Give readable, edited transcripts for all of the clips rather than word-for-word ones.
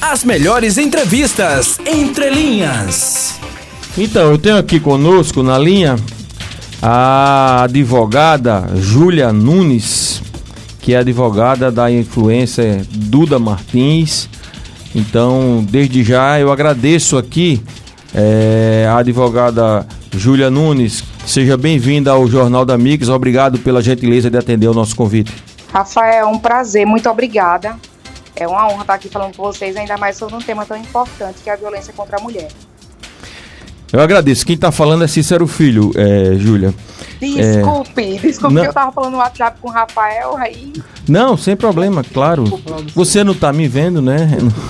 As melhores entrevistas Entre Linhas. Então, eu tenho aqui conosco na linha a advogada Júlia Nunes, que é advogada da influencer Duda Martins. Então, desde já eu agradeço aqui a advogada Júlia Nunes. Seja bem-vinda ao Jornal da Mix. Obrigado pela gentileza de atender o nosso convite. Rafael, é um prazer, muito obrigada. É uma honra estar aqui falando com vocês, ainda mais sobre um tema tão importante que é a violência contra a mulher. Eu agradeço. Quem está falando é Cícero Filho, Júlia. Desculpe que eu estava falando no WhatsApp com o Rafael aí. Não, sem problema, claro. Você não está me vendo, né?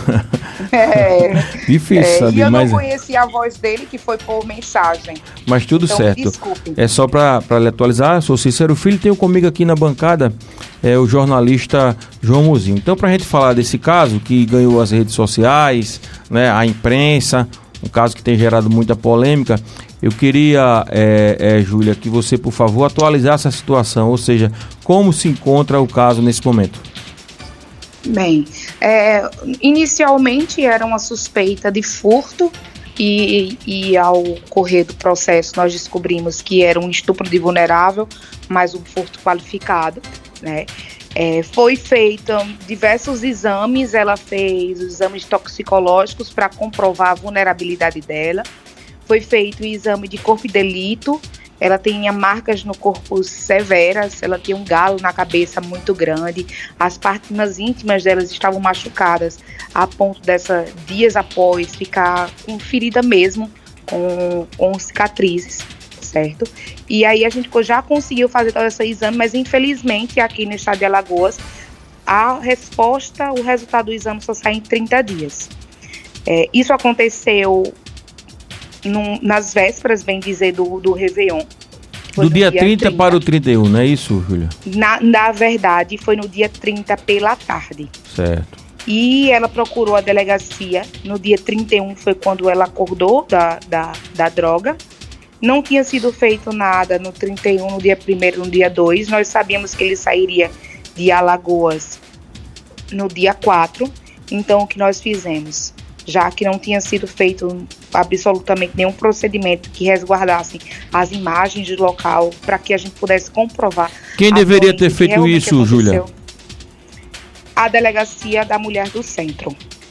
Difícil saber, e eu mas... não conheci a voz dele, que foi por mensagem. Mas tudo então, certo. Desculpe. É só para lhe atualizar, sou Cícero Filho, tenho comigo aqui na bancada o jornalista João Mozinho. Então, para a gente falar desse caso que ganhou as redes sociais, né, a imprensa, um caso que tem gerado muita polêmica, eu queria, Júlia, que você, por favor, atualizasse a situação, ou seja, como se encontra o caso nesse momento. Bem, inicialmente era uma suspeita de furto e ao correr do processo nós descobrimos que era um estupro de vulnerável, mas um furto qualificado, né? Foi feito diversos exames, ela fez os exames toxicológicos para comprovar a vulnerabilidade dela, foi feito o exame de corpo de delito, ela tinha marcas no corpo severas, ela tinha um galo na cabeça muito grande, as partes mais íntimas delas estavam machucadas, a ponto dessa, dias após, ficar com ferida mesmo, com cicatrizes, certo? E aí a gente já conseguiu fazer todo esse exame, mas infelizmente aqui no estado de Alagoas, a resposta, o resultado do exame só sai em 30 dias. Isso aconteceu nas vésperas, bem dizer, do Réveillon. Do dia 30 para o 31, não é isso, Júlia? Na verdade, foi no dia 30 pela tarde. Certo. E ela procurou a delegacia. No dia 31 foi quando ela acordou da droga. Não tinha sido feito nada no 31, no dia 1º, no dia 2. Nós sabíamos que ele sairia de Alagoas no dia 4. Então, o que nós fizemos? Já que não tinha sido feito absolutamente nenhum procedimento que resguardasse as imagens do local para que a gente pudesse comprovar. Quem deveria ter feito isso, Júlia? A delegacia da mulher do centro.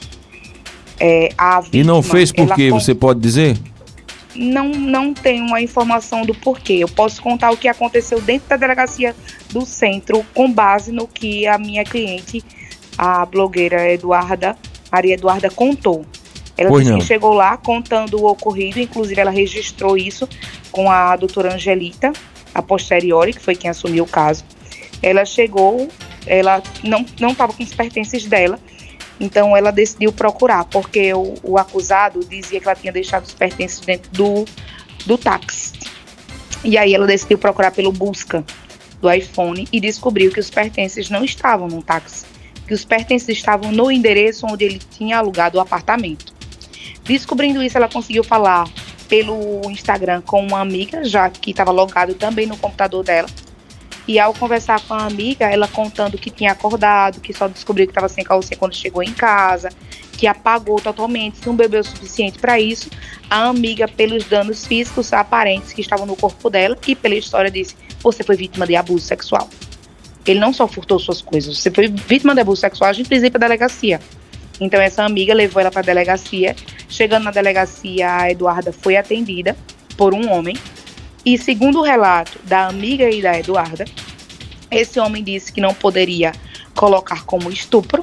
E não fez por quê, você pode dizer? Não tenho uma informação do porquê. Eu posso contar o que aconteceu dentro da delegacia do centro com base no que a minha cliente, a blogueira Maria Eduarda, contou. Ela disse que chegou lá contando o ocorrido, inclusive ela registrou isso com a doutora Angelita, a posteriori, que foi quem assumiu o caso. Ela chegou, ela não estava com os pertences dela, então ela decidiu procurar, porque o acusado dizia que ela tinha deixado os pertences dentro do táxi. E aí ela decidiu procurar pelo busca do iPhone e descobriu que os pertences não estavam no táxi, que os pertences estavam no endereço onde ele tinha alugado o apartamento. Descobrindo isso, ela conseguiu falar pelo Instagram com uma amiga, já que estava logado também no computador dela. E ao conversar com a amiga, ela contando que tinha acordado, que só descobriu que estava sem calcinha quando chegou em casa, que apagou totalmente, não bebeu o suficiente para isso. A amiga, pelos danos físicos aparentes que estavam no corpo dela e pela história, disse: você foi vítima de abuso sexual. Ele não só furtou suas coisas, você foi vítima de abuso sexual, a gente precisa ir para a delegacia. Então essa amiga levou ela para a delegacia. Chegando na delegacia, a Eduarda foi atendida por um homem. E segundo o relato da amiga e da Eduarda, esse homem disse que não poderia colocar como estupro,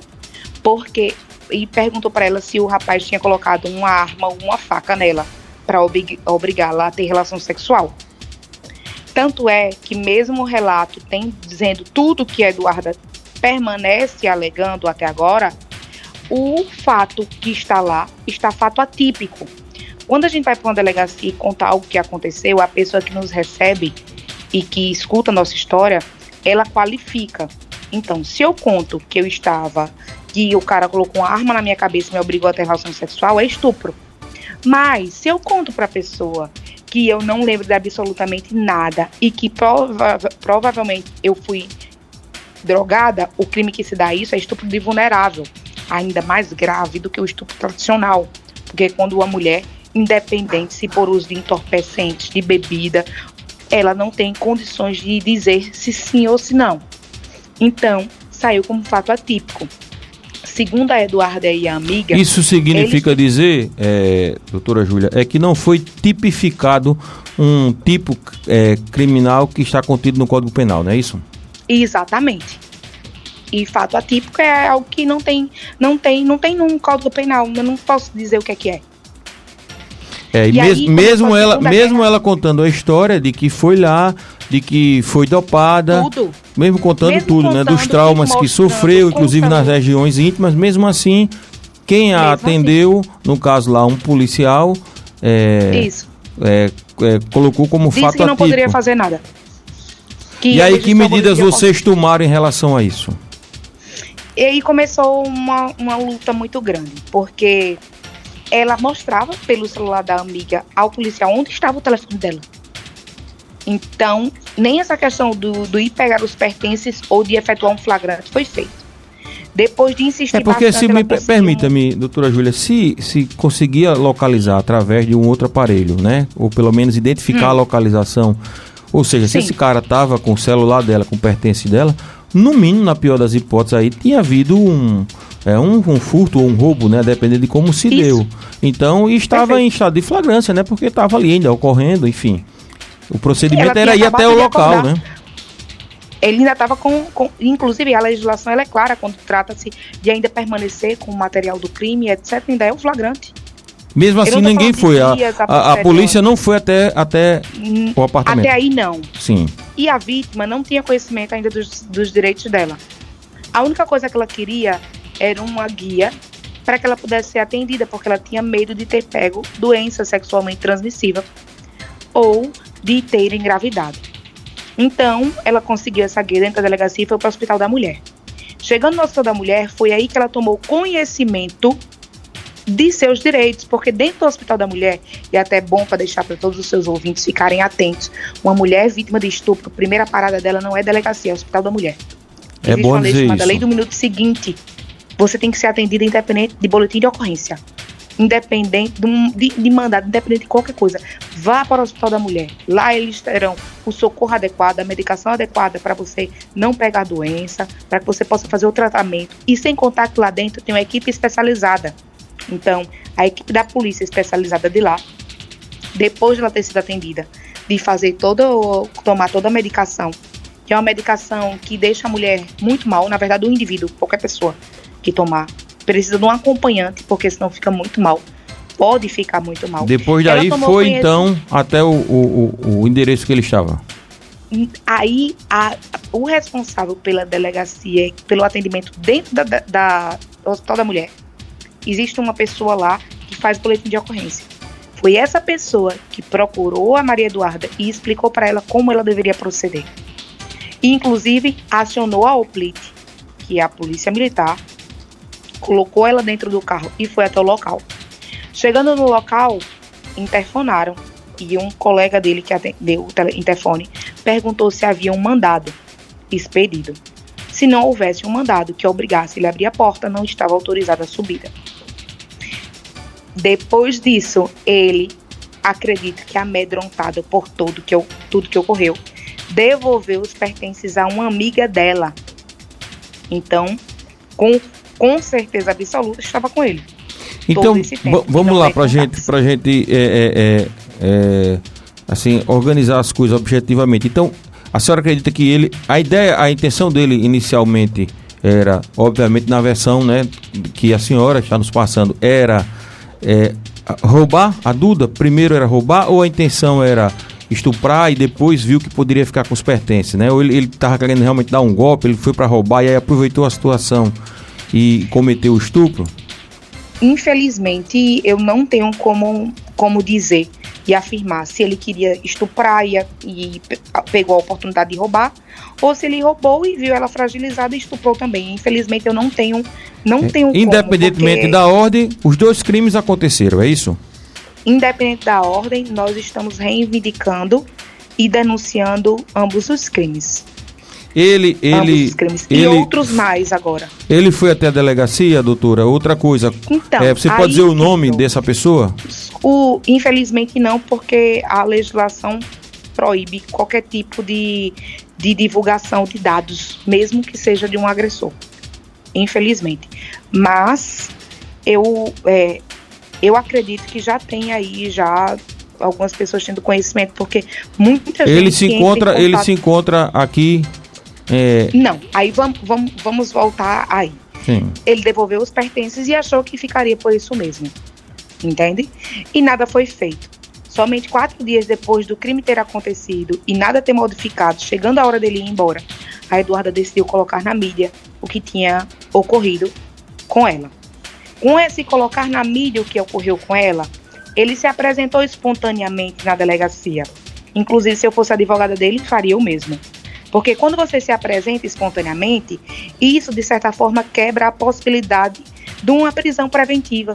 e perguntou para ela se o rapaz tinha colocado uma arma ou uma faca nela para obrigá-la a ter relação sexual. Tanto é que mesmo o relato tem dizendo tudo que a Eduarda permanece alegando até agora, o fato que está lá está fato atípico. Quando a gente vai para uma delegacia e contar algo que aconteceu, a pessoa que nos recebe e que escuta a nossa história, ela qualifica. Então, se eu conto que o cara colocou uma arma na minha cabeça e me obrigou a ter relação sexual, é estupro. Mas, se eu conto para a pessoa que eu não lembro de absolutamente nada e que provavelmente eu fui drogada, o crime que se dá isso é estupro de vulnerável. ainda mais grave do que o estupro tradicional, porque quando uma mulher, independente se por uso de entorpecentes, de bebida, ela não tem condições de dizer se sim ou se não. Então, saiu como fato atípico. Segundo a Eduarda e a amiga... Isso significa dizer, doutora Júlia, que não foi tipificado um tipo criminal que está contido no Código Penal, não é isso? Exatamente. E fato atípico é algo que não tem num Código Penal, eu não posso dizer o que é. Mesmo ela contando a história de que foi lá, de que foi dopada, mesmo contando tudo, né, dos traumas que sofreu, inclusive nas regiões íntimas, mesmo assim, quem a atendeu, no caso lá, um policial, colocou como fato atípico. Disse que não poderia fazer nada. E aí, que medidas vocês tomaram em relação a isso? E aí começou uma luta muito grande, porque ela mostrava pelo celular da amiga ao policial onde estava o telefone dela. Então, nem essa questão do ir pegar os pertences ou de efetuar um flagrante foi feito. Depois de insistir porque, se me permita-me, doutora Júlia, se conseguia localizar através de um outro aparelho, né? Ou pelo menos identificar a localização, ou seja, se esse cara estava com o celular dela, com o pertence dela, no mínimo, na pior das hipóteses aí, tinha havido um furto ou um roubo, né? Dependendo de como se deu. Então, estava em estado de flagrância, né? Porque estava ali ainda ocorrendo, enfim. O procedimento era ir até o local, né? Ele ainda estava inclusive a legislação ela é clara quando trata-se de ainda permanecer com o material do crime, etc. Ainda é o flagrante. Mesmo assim, ninguém foi. A polícia não foi até o apartamento. Até aí, não. Sim. E a vítima não tinha conhecimento ainda dos direitos dela. A única coisa que ela queria era uma guia para que ela pudesse ser atendida, porque ela tinha medo de ter pego doença sexualmente transmissível ou de ter engravidado. Então, ela conseguiu essa guia dentro da delegacia e foi para o Hospital da Mulher. Chegando no Hospital da Mulher, foi aí que ela tomou conhecimento de seus direitos, porque dentro do Hospital da Mulher, e até é bom para deixar para todos os seus ouvintes ficarem atentos, uma mulher vítima de estupro, a primeira parada dela não é delegacia, é o Hospital da Mulher. Existe uma lei chamada Lei do Minuto Seguinte. Você tem que ser atendida independente de boletim de ocorrência, independente de mandado, independente de qualquer coisa. Vá para o Hospital da Mulher. Lá eles terão o socorro adequado, a medicação adequada para você não pegar doença, para que você possa fazer o tratamento. E sem contar que lá dentro tem uma equipe especializada. Então, a equipe da polícia especializada de lá, depois de ela ter sido atendida, de fazer tomar toda a medicação, que é uma medicação que deixa a mulher muito mal, na verdade o indivíduo, qualquer pessoa que tomar, precisa de um acompanhante, porque senão fica muito mal, pode ficar muito mal. Depois daí foi então até o endereço que ele estava? Aí o responsável pela delegacia, pelo atendimento dentro do Hospital da Mulher, existe uma pessoa lá que faz boletim de ocorrência. Foi essa pessoa que procurou a Maria Eduarda e explicou para ela como ela deveria proceder. E, inclusive, acionou a OPLIT, que é a Polícia Militar, colocou ela dentro do carro e foi até o local. Chegando no local, interfonaram e um colega dele que atendeu o interfone perguntou se havia um mandado expedido. Se não houvesse um mandado que obrigasse ele a abrir a porta, não estava autorizada a subida. Depois disso, ele, acredito que amedrontado por tudo que ocorreu, devolveu os pertences a uma amiga dela. Então, com certeza absoluta, estava com ele. Então, vamos lá pra gente assim, organizar as coisas objetivamente. Então, a senhora acredita que a intenção dele inicialmente era, obviamente, na versão, né, que a senhora está nos passando, era roubar a Duda? Primeiro era roubar, ou a intenção era estuprar e depois viu que poderia ficar com os pertences, né? Ou ele estava querendo realmente dar um golpe, ele foi para roubar e aí aproveitou a situação e cometeu o estupro? Infelizmente, eu não tenho como dizer e afirmar se ele queria estuprar e pegou a oportunidade de roubar, ou se ele roubou e viu ela fragilizada e estuprou também. Infelizmente, eu não tenho independentemente da ordem, os dois crimes aconteceram, é isso? Independente da ordem, nós estamos reivindicando e denunciando ambos os crimes. ambos os crimes. E outros mais agora. Ele foi até a delegacia, doutora? Outra coisa, Então, você pode dizer o nome dessa pessoa? Infelizmente não, porque a legislação proíbe qualquer tipo de divulgação de dados, mesmo que seja de um agressor. Infelizmente. Mas eu acredito que já tem aí algumas pessoas tendo conhecimento, porque muita gente ele se encontra aqui. Não, aí vamos voltar aí. Sim. Ele devolveu os pertences e achou que ficaria por isso mesmo, entende? E nada foi feito. Somente 4 dias depois do crime ter acontecido e nada ter modificado, chegando a hora dele ir embora, a Eduarda decidiu colocar na mídia o que tinha ocorrido com ela. Com esse colocar na mídia o que ocorreu com ela, ele se apresentou espontaneamente na delegacia. Inclusive, se eu fosse advogada dele, faria o mesmo. Porque quando você se apresenta espontaneamente, isso, de certa forma, quebra a possibilidade de uma prisão preventiva.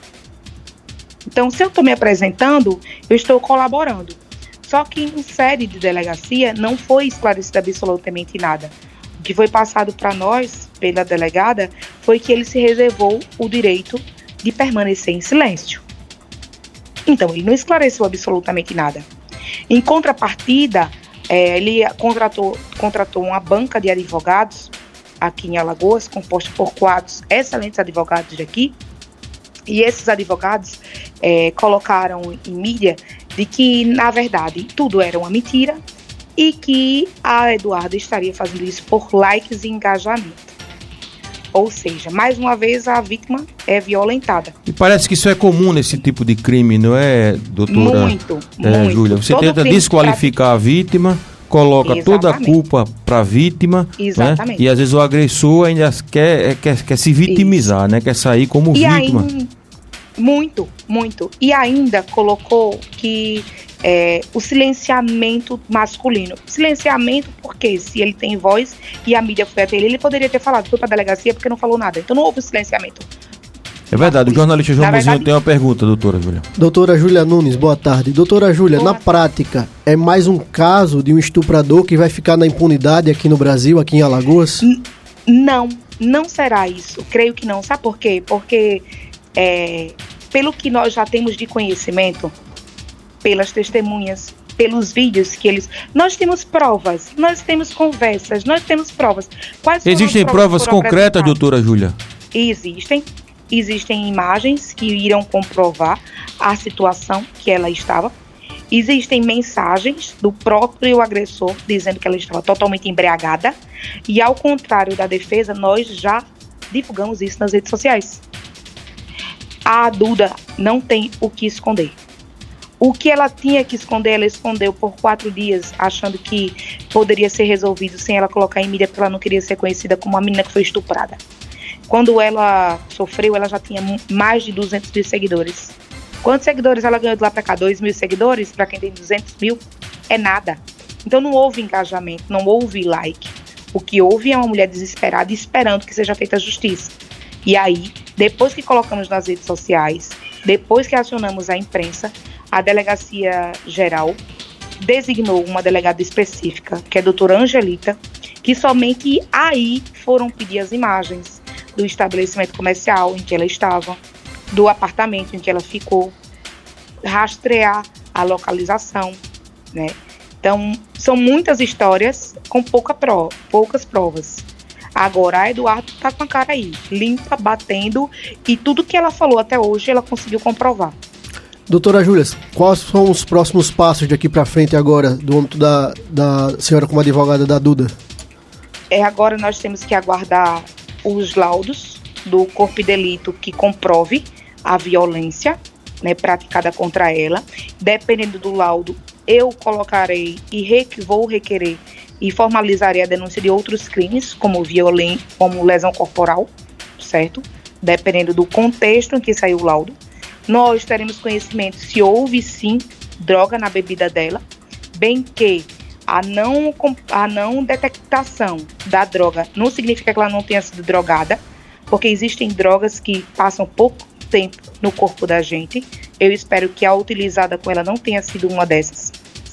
Então, se eu estou me apresentando, eu estou colaborando. Só que em sede de delegacia não foi esclarecido absolutamente nada. O que foi passado para nós, pela delegada, foi que ele se reservou o direito de permanecer em silêncio. Então, ele não esclareceu absolutamente nada. Em contrapartida, ele contratou uma banca de advogados aqui em Alagoas, composta por 4 excelentes advogados daqui. E esses advogados colocaram em mídia de que, na verdade, tudo era uma mentira e que a Eduarda estaria fazendo isso por likes e engajamento. Ou seja, mais uma vez a vítima é violentada. E parece que isso é comum nesse tipo de crime, não é, doutora? Muito. Júlia, você tenta desqualificar a vítima, coloca toda a culpa para a vítima, né? E às vezes o agressor ainda quer se vitimizar, né? Quer sair como vítima. Muito. E ainda colocou que o silenciamento masculino. Silenciamento porque se ele tem voz e a mídia foi até ele poderia ter falado, foi para a delegacia porque não falou nada. Então não houve silenciamento. É verdade, o jornalista João Mozinho tem uma pergunta, doutora Júlia. Doutora Júlia Nunes, boa tarde. Doutora Júlia, na prática, é mais um caso de um estuprador que vai ficar na impunidade aqui no Brasil, aqui em Alagoas? Não será isso. Creio que não. Sabe por quê? Porque pelo que nós já temos de conhecimento, pelas testemunhas, pelos vídeos que eles... Nós temos provas, nós temos conversas, nós temos provas. Existem provas concretas, doutora Júlia? Existem imagens que irão comprovar a situação que ela estava. Existem mensagens do próprio agressor dizendo que ela estava totalmente embriagada. E ao contrário da defesa, nós já divulgamos isso nas redes sociais. A Duda não tem o que esconder. O que ela tinha que esconder, ela escondeu por 4 dias, achando que poderia ser resolvido sem ela colocar em mídia, porque ela não queria ser conhecida como uma menina que foi estuprada. Quando ela sofreu, ela já tinha mais de 200 mil seguidores. Quantos seguidores ela ganhou de lá para cá? 2 mil seguidores? Para quem tem 200 mil, é nada. Então não houve engajamento, não houve like. O que houve é uma mulher desesperada esperando que seja feita a justiça. E aí, depois que colocamos nas redes sociais, depois que acionamos a imprensa, a Delegacia Geral designou uma delegada específica, que é a doutora Angelita, que somente aí foram pedir as imagens do estabelecimento comercial em que ela estava, do apartamento em que ela ficou, rastrear a localização, né? Então, são muitas histórias com poucas provas. Agora, a Eduarda está com a cara aí, limpa, batendo, e tudo que ela falou até hoje, ela conseguiu comprovar. Doutora Júlia, quais são os próximos passos daqui para frente agora, do âmbito da senhora como advogada da Duda? Agora nós temos que aguardar os laudos do corpo de delito que comprove a violência, né, praticada contra ela. Dependendo do laudo, eu colocarei e vou requerer e formalizarei a denúncia de outros crimes, como lesão corporal, certo? Dependendo do contexto em que saiu o laudo. Nós teremos conhecimento se houve sim droga na bebida dela, bem que a não detectação da droga não significa que ela não tenha sido drogada, porque existem drogas que passam pouco tempo no corpo da gente. Eu espero que a utilizada com ela não tenha sido uma dessas,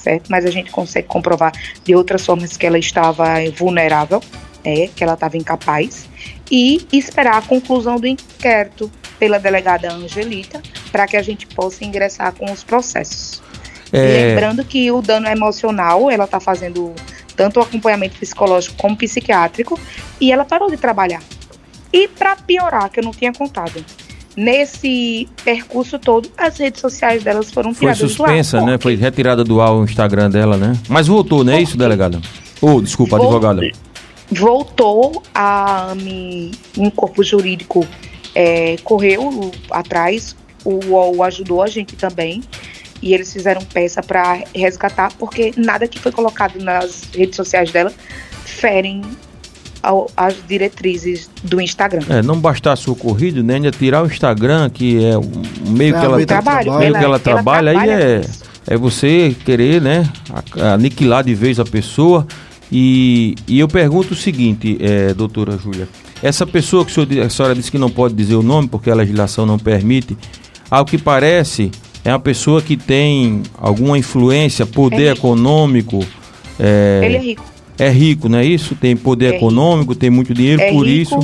certo? Mas a gente consegue comprovar de outras formas que ela estava vulnerável, que ela estava incapaz, e esperar a conclusão do inquérito pela delegada Angelita para que a gente possa ingressar com os processos. Lembrando que o dano emocional, ela está fazendo tanto o acompanhamento psicológico como psiquiátrico, e ela parou de trabalhar. E para piorar, que eu não tinha contado, nesse percurso todo, as redes sociais delas foram tiradas do ar. Foi suspensa, né? Foi retirada do ar o Instagram dela, né? Mas voltou, não é isso, delegada? Desculpa, advogada. Voltou, a AME, um corpo jurídico, correu atrás, o UOL ajudou a gente também, e eles fizeram peça para resgatar, porque nada que foi colocado nas redes sociais dela ferem as diretrizes do Instagram. Não bastasse o ocorrido, né? Ainda tirar o Instagram, que é o meio que ela trabalha, aí é você querer, né, aniquilar de vez a pessoa. E eu pergunto o seguinte, doutora Júlia, essa pessoa que a senhora disse que não pode dizer o nome porque a legislação não permite, ao que parece é uma pessoa que tem alguma influência, poder econômico. Ele é rico. É rico, não é isso? Tem poder econômico, tem muito dinheiro, por isso...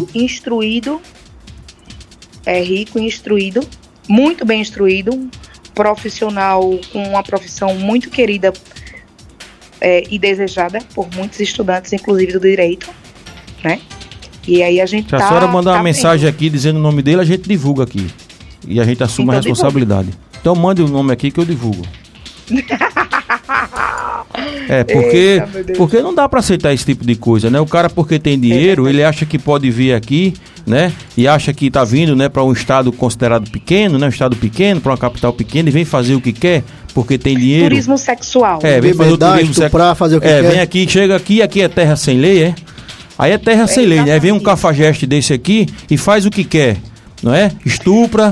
É rico, instruído, muito bem instruído, profissional com uma profissão muito querida e desejada por muitos estudantes, inclusive do direito, né? E aí a gente Se a senhora mandar uma mensagem aqui dizendo o nome dele, a gente divulga aqui. E a gente assume a responsabilidade. Então mande o nome aqui que eu divulgo. Porque não dá para aceitar esse tipo de coisa, né? O cara, porque tem dinheiro, ele acha que pode vir aqui, né? E acha que tá vindo, né, para um estado considerado pequeno, né? Um estado pequeno, para uma capital pequena, e vem fazer o que quer, porque tem dinheiro. Turismo sexual. Vem fazer o turismo sexual. Fazer o que quer. Vem aqui, chega aqui é terra sem lei, Aí é terra sem lei, né? Aí vem um cafajeste desse aqui e faz o que quer. Não é? Estupra,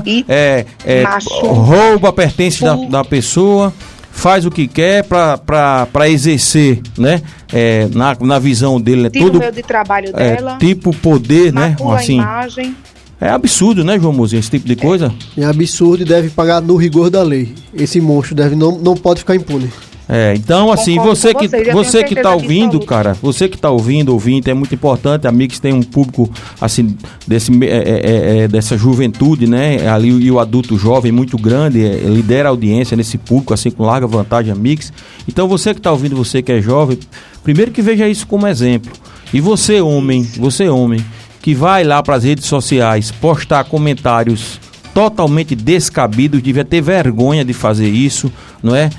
rouba, pertence da pessoa, faz o que quer para exercer, né? Na visão dele, né? Tira o meio de trabalho dela. Tipo poder, né? Assim. A imagem. É absurdo, né, João Mozinho, esse tipo de coisa? É absurdo e deve pagar no rigor da lei. Esse monstro não pode ficar impune. Então, assim, você que tá ouvindo, cara, você que tá ouvindo, ouvinte, é muito importante. A Mix tem um público, assim, dessa juventude, né? Ali, e o adulto jovem muito grande, lidera a audiência nesse público, assim, com larga vantagem a Mix. Então, você que tá ouvindo, você que é jovem, primeiro que veja isso como exemplo. E você, homem, que vai lá para as redes sociais postar comentários totalmente descabidos, devia ter vergonha de fazer isso, não é?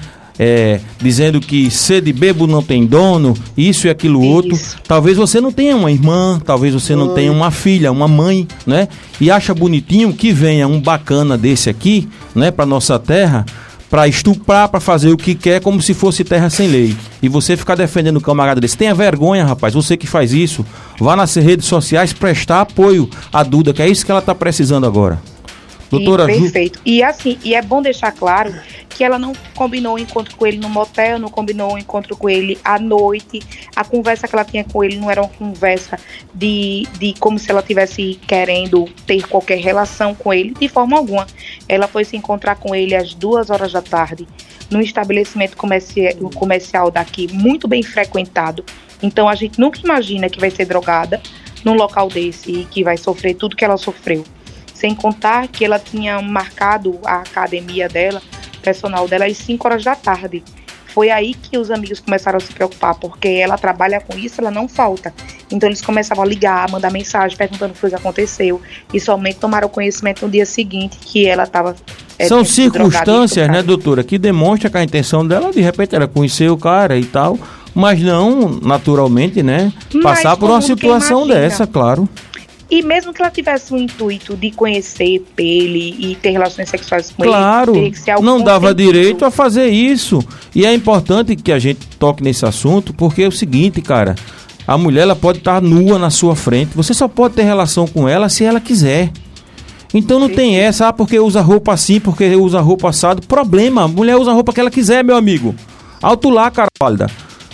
Dizendo que sede bebo não tem dono, isso e aquilo outro. Talvez você não tenha uma irmã, talvez você não tenha uma filha, uma mãe, né? E acha bonitinho que venha um bacana desse aqui, né, para nossa terra, para estuprar, para fazer o que quer, como se fosse terra sem lei. E você ficar defendendo o camarada desse. Tenha vergonha, rapaz, você que faz isso, vá nas redes sociais prestar apoio à Duda, que é isso que ela está precisando agora. Doutora Perfeito. E assim, é bom deixar claro que ela não combinou o encontro com ele no motel, não combinou o encontro com ele à noite. A conversa que ela tinha com ele não era uma conversa de como se ela estivesse querendo ter qualquer relação com ele, de forma alguma. Ela foi se encontrar com ele às 2h da tarde, num estabelecimento comercial daqui, muito bem frequentado. Então a gente nunca imagina que vai ser drogada num local desse e que vai sofrer tudo que ela sofreu. Sem contar que ela tinha marcado a academia dela, personal dela, às 5h da tarde. Foi aí que os amigos começaram a se preocupar, porque ela trabalha com isso, ela não falta. Então eles começavam a ligar, a mandar mensagem, perguntando o que foi que aconteceu. E somente tomaram conhecimento no dia seguinte que ela estava... São circunstâncias, né, doutora, que demonstram que a intenção dela, de repente, era conhecer o cara e tal, mas não, naturalmente, né, passar por uma situação dessa, claro. E mesmo que ela tivesse o intuito de conhecer ele e ter relações sexuais com ele, teria que ser algo não dava direito a fazer isso. E é importante que a gente toque nesse assunto, porque é o seguinte, cara, a mulher ela pode estar nua na sua frente, você só pode ter relação com ela se ela quiser. Então não tem essa, porque usa roupa assim, porque usa roupa assado. Problema, a mulher usa a roupa que ela quiser, meu amigo. Alto lá, cara, válida.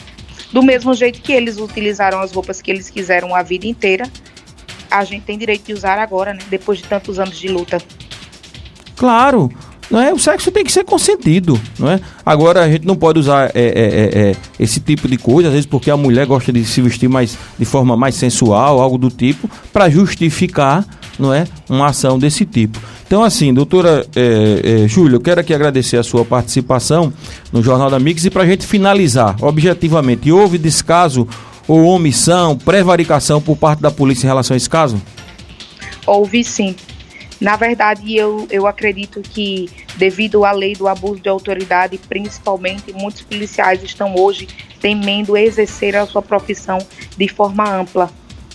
Do mesmo jeito que eles utilizaram as roupas que eles quiseram a vida inteira, a gente tem direito de usar agora, né? Depois de tantos anos de luta. Claro. não é? O sexo tem que ser consentido, não é? Agora a gente não pode usar esse tipo de coisa, às vezes porque a mulher gosta de se vestir de forma mais sensual, algo do tipo, para justificar, não é, uma ação desse tipo. Então, assim, doutora Júlia, eu quero aqui agradecer a sua participação no Jornal da Mix, e para a gente finalizar, objetivamente, houve descaso ou omissão, prevaricação por parte da polícia em relação a esse caso? Houve sim. Na verdade, eu acredito que, devido à lei do abuso de autoridade, principalmente, muitos policiais estão hoje temendo exercer a sua profissão de forma ampla.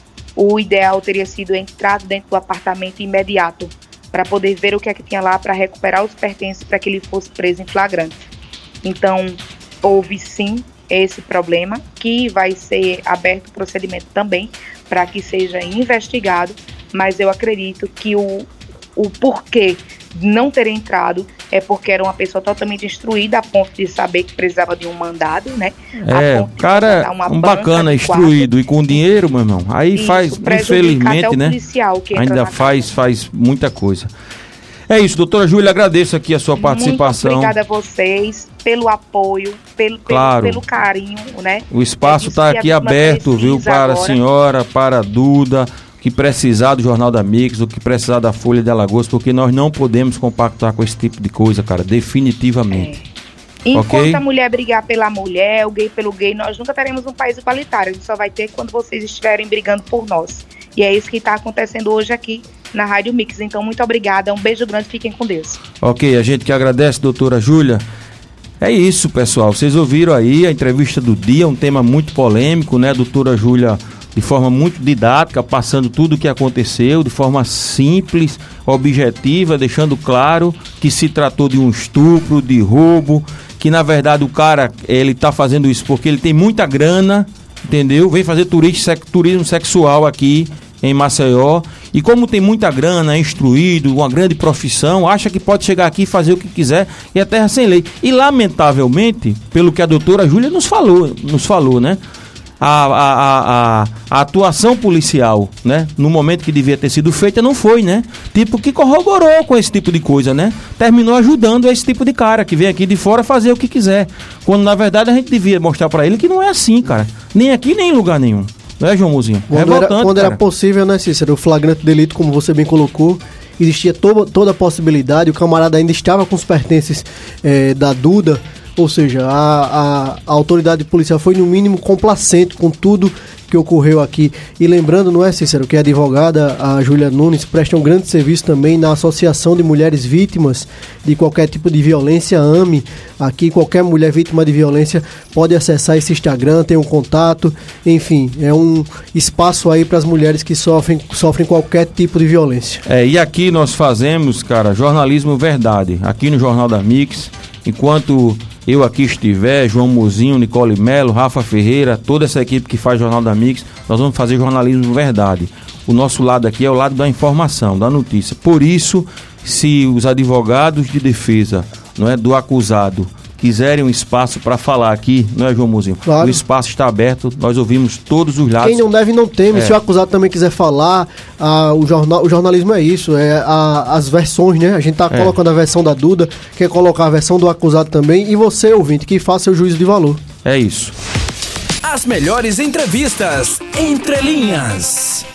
O ideal teria sido entrar dentro do apartamento imediato, para poder ver o que é que tinha lá, para recuperar os pertences, para que ele fosse preso em flagrante. Então, houve sim esse problema, que vai ser aberto o procedimento também, para que seja investigado, mas eu acredito que o porquê não ter entrado é porque era uma pessoa totalmente instruída a ponto de saber que precisava de um mandado, né? Cara, um bacana, instruído e com dinheiro, meu irmão, aí isso, faz, infelizmente, né? Ainda faz muita coisa. É isso, doutora Júlia, agradeço aqui a sua participação. Muito obrigada a vocês pelo apoio, pelo carinho, né? O espaço está aqui aberto, viu, para a senhora, para a Duda, que precisar do Jornal da Mix, o que precisar da Folha de Alagoas, porque nós não podemos compactuar com esse tipo de coisa, cara, definitivamente. Enquanto a mulher brigar pela mulher, o gay pelo gay, nós nunca teremos um país igualitário. A gente só vai ter quando vocês estiverem brigando por nós. E é isso que está acontecendo hoje aqui na Rádio Mix. Então, muito obrigada, um beijo grande, fiquem com Deus. Ok, a gente que agradece, doutora Júlia. É isso, pessoal, vocês ouviram aí a entrevista do dia, um tema muito polêmico, né, doutora Júlia, de forma muito didática, passando tudo o que aconteceu, de forma simples, objetiva, deixando claro que se tratou de um estupro, de roubo, que na verdade o cara, ele tá fazendo isso porque ele tem muita grana, entendeu? Vem fazer turismo sexual aqui em Maceió, e como tem muita grana, é instruído, uma grande profissão, acha que pode chegar aqui e fazer o que quiser, e é terra sem lei. E lamentavelmente, pelo que a doutora Júlia nos falou, né? A atuação policial, né, no momento que devia ter sido feita, não foi, né? Tipo, que corroborou com esse tipo de coisa, né? Terminou ajudando esse tipo de cara que vem aqui de fora fazer o que quiser. Quando, na verdade, a gente devia mostrar pra ele que não é assim, cara. Nem aqui, nem em lugar nenhum. Não é, João Mozinho? Quando era possível, né, Cícero? O flagrante delito, como você bem colocou, existia toda a possibilidade, o camarada ainda estava com os pertences da Duda. Ou seja, a autoridade policial foi no mínimo complacente com tudo que ocorreu aqui. E lembrando, não é, Cícero, que a advogada, a Júlia Nunes, presta um grande serviço também na Associação de Mulheres Vítimas de qualquer tipo de violência, AME. Aqui qualquer mulher vítima de violência pode acessar esse Instagram, tem um contato, enfim, é um espaço aí para as mulheres que sofrem qualquer tipo de violência. E aqui nós fazemos, cara, jornalismo verdade, aqui no Jornal da Mix, enquanto eu aqui estiver, João Mozinho, Nicole Melo, Rafa Ferreira, toda essa equipe que faz Jornal da Mix, nós vamos fazer jornalismo verdade. O nosso lado aqui é o lado da informação, da notícia. Por isso, se os advogados de defesa, não é, do acusado quiserem um espaço para falar aqui, não é, João Mozinho? Claro. O espaço está aberto, nós ouvimos todos os lados. Quem não deve não teme, se o acusado também quiser falar, o jornalismo é isso, as versões, né? A gente está colocando a versão da Duda, quer colocar a versão do acusado também, e você, ouvinte, que faça o juízo de valor. É isso. As melhores entrevistas, Entre Linhas.